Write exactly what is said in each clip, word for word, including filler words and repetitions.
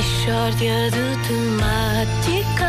Mixórdia de temáticas.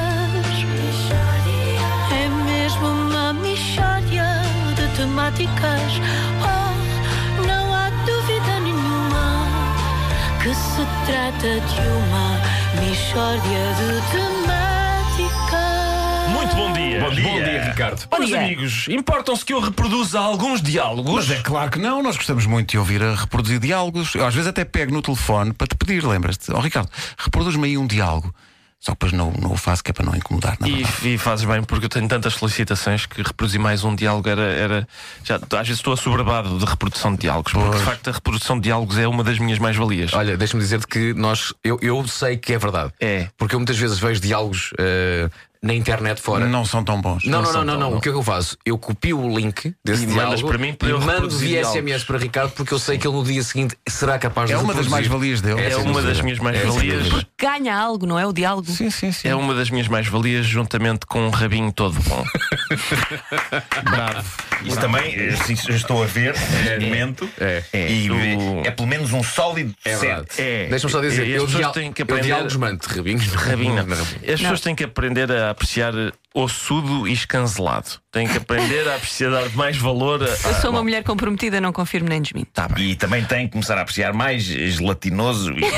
É mesmo uma mixórdia de temáticas. Oh, não há dúvida nenhuma que se trata de uma mixórdia de temáticas. Muito bom dia. Bom dia, Bom dia, Ricardo. Meus amigos, importam-se que eu reproduza alguns diálogos? Mas é claro que não, nós gostamos muito de ouvir a reproduzir diálogos. Eu às vezes até pego no telefone para te pedir, lembras-te? Ó Ricardo, reproduz-me aí um diálogo. Só que depois não, não o faço, que é para não incomodar. Não E, e fazes bem, porque eu tenho tantas solicitações que reproduzir mais um diálogo era. era já, às vezes estou assoberbado de reprodução de diálogos, porque Pois. de facto a reprodução de diálogos é uma das minhas mais-valias. Olha, deixa-me dizer-te que nós, eu, eu sei que é verdade. É. Porque eu muitas vezes vejo diálogos eh, na internet fora. Não são tão bons. Não, não, são não, não, tão não. bons. O que é que eu faço? Eu copio o link desse E diálogo mandas para mim para e eu mando reproduzir via diálogos. S M S para Ricardo, porque eu sei que ele no dia seguinte será capaz de É uma das reproduzir. mais-valias dele. É sem uma dúvida. das minhas É, mais-valias. sem dúvida. Ganha algo, não é? O diálogo. Sim, sim, sim. É uma das minhas mais-valias, juntamente com um rabinho todo bom. Bravo. Isso também, assim, já estou a ver, neste momento. É. E O- é pelo menos um sólido É verdade. sete. É. Deixa-me só dizer, E as eu, pessoas dial... têm que eu aprender- diálogos mando, rabinhos. Rabinho, não. Não, As pessoas têm que aprender a apreciar ossudo e escancelado. Têm que aprender a apreciar, dar mais valor a. Eu sou uma mulher comprometida, não confirmo nem desminto. Tá bem. E também tem que começar a apreciar mais gelatinoso. E...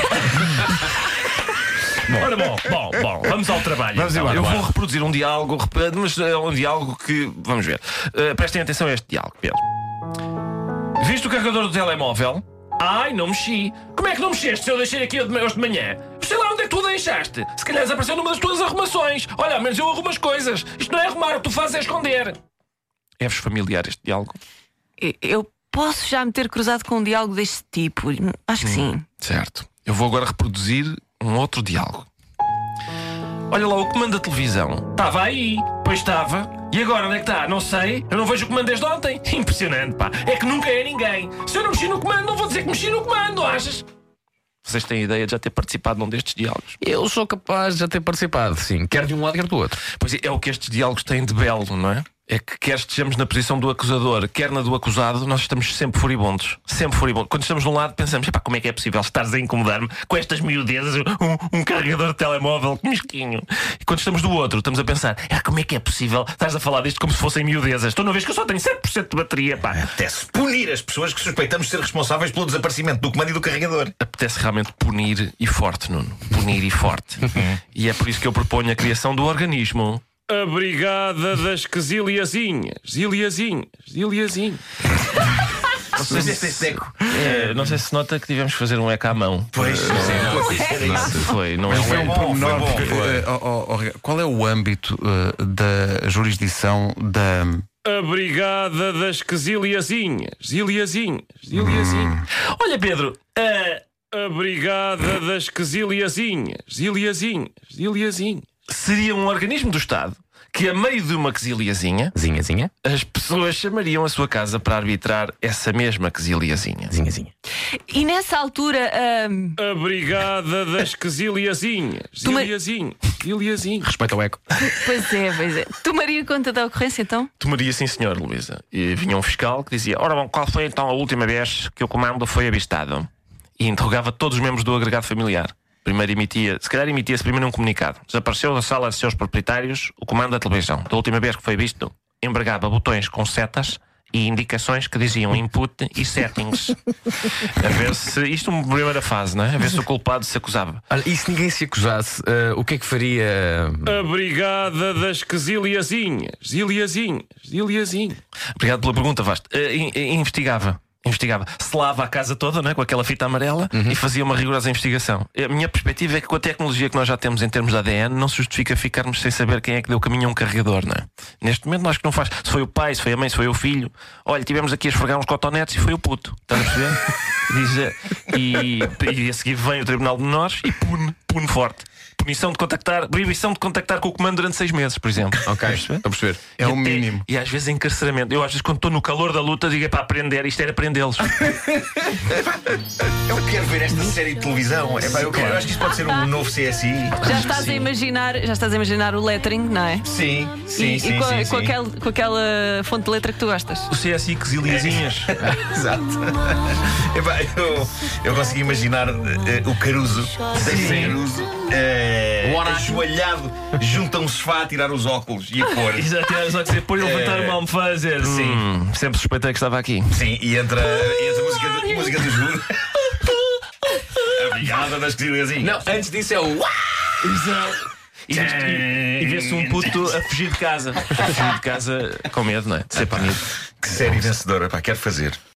Ora bom, bom, bom, vamos ao trabalho. Vamos então. embora, Eu bora. vou reproduzir um diálogo, rep- mas é um diálogo que. Vamos ver. Uh, prestem atenção a este diálogo, Pedro. Viste o carregador do telemóvel? Ai, não mexi. Como é que não mexeste se eu deixei aqui hoje de manhã? Sei lá onde é que tu o deixaste. Se calhar desapareceu numa das tuas arrumações. Olha, ao menos eu arrumo as coisas. Isto não é arrumar, o que tu fazes é esconder. É-vos familiar este diálogo? Eu- Eu posso já me ter cruzado com um diálogo deste tipo? Acho que sim. Certo. Eu vou agora reproduzir um outro diálogo. Olha lá, o comando da televisão. Estava aí. Pois estava. E agora onde é que está? Não sei. Eu não vejo o comando desde ontem. Impressionante, pá. É que nunca é ninguém. Se eu não mexi no comando, não vou dizer que mexi no comando, achas? Vocês têm ideia de já ter participado num destes diálogos? Eu sou capaz de já ter participado, sim. Quer de um lado, quer do outro. Pois é, é o que estes diálogos têm de belo, não é? É que quer estejamos na posição do acusador, quer na do acusado, nós estamos sempre furibundos. Sempre furibundos. Quando estamos de um lado, pensamos: epá, como é que é possível estares a incomodar-me com estas miudezas, um, um carregador de telemóvel, que mesquinho. E quando estamos do outro, estamos a pensar: ah, como é que é possível estás a falar disto como se fossem miudezas? Tu não vês que eu só tenho sete por cento de bateria, pá. Apetece punir as pessoas que suspeitamos ser responsáveis pelo desaparecimento do comando e do carregador. Apetece realmente punir e forte, Nuno. Punir e forte. E é por isso que eu proponho a criação do organismo. A Brigada das Quesilhazinhas. Zilhazinhas. Zilhazinhas. Mas este é seco. É, não sei se nota que tivemos que fazer um eco à mão. Pois, Era isso. Foi, não é Mas um foi eco. um bom, pormenor, foi bom, porque, foi. eh, ó, ó, ó, Ricardo, qual é o âmbito eh, da jurisdição da. A Brigada das Quesilhazinhas. Zilhazinhas. Zilhazinhas. Olha, Pedro, a, a Brigada das Quesilhazinhas. Zilhazinhas. Zilhazinhas. Seria um organismo do Estado que, a meio de uma quesilhazinha, Zinha, zinha. as pessoas chamariam a sua casa para arbitrar essa mesma quesilhazinha. Zinha, zinha. E nessa altura, ahm, A Brigada das Quesilhazinhas. Tu ma- Zilhazinhas. Zilhazinhas. Respeita o eco. pois é, pois é. Tomaria conta da ocorrência então? Tomaria, sim, senhor, Luísa. E vinha um fiscal que dizia: ora bom, qual foi então a última vez que o comando foi avistado? E interrogava todos os membros do agregado familiar. Primeiro emitia, se calhar emitia-se primeiro um comunicado. Desapareceu da sala de seus proprietários o comando da televisão. Da última vez que foi visto, embargava botões com setas e indicações que diziam input e settings. A ver se, isto é uma primeira fase, não é? A ver se o culpado se acusava. Olha, e se ninguém se acusasse, eh, o que é que faria? A Brigada das Quesilhazinhas. Zilhazinhas. Zilhazinhas. Obrigado pela pergunta, Vasto. Uh, in- in- investigava. Investigava. Selava a casa toda, não é? Com aquela fita amarela e fazia uma rigorosa investigação. A minha perspectiva é que com a tecnologia que nós já temos em termos de A D N, não se justifica ficarmos sem saber quem é que deu caminho a um carregador, não é? Neste momento, nós que não faz. Se foi o pai, se foi a mãe, se foi o filho. Olha, tivemos aqui a esfregar uns cotonetes e foi o puto. Estás a perceber? Diz, eh, e, e a seguir vem o Tribunal de Menores e pune, pune forte. punição de contactar, proibição de contactar com o comando durante seis meses, por exemplo. Ok, Estás a perceber? estou a perceber. É E o até- mínimo. E às vezes encarceramento. Eu às vezes quando estou no calor da luta digo é para aprender, isto era prendê-los. Eu quero ver esta série de televisão. Epá, eu, quero- eu acho que isto pode ser um novo C S I. Já estás a imaginar, já estás a imaginar o lettering, não é? Sim, sim, e sim. e com, sim, com sim. aquele- com aquela fonte de letra que tu gostas. O C S I que ziliazinhas. Exato. Epá, eu, eu consegui imaginar eh, o Caruso, sem Caruso, eh, O Horácio. ajoelhado junto a um sofá a tirar os óculos e a pôr. Exato, era só dizer, pôr e levantar uma almofada e dizer, Sim. "Hum, sempre suspeitei que estava aqui. Sim, e entra, e entra a música, do- música do juro. A brigada das criancinhas. Não, antes disso é o. Exato. E, e, e vê-se um puto a fugir de casa. A fugir de casa com medo, não é? De ser punido. Que série vencedora, pá, quero fazer.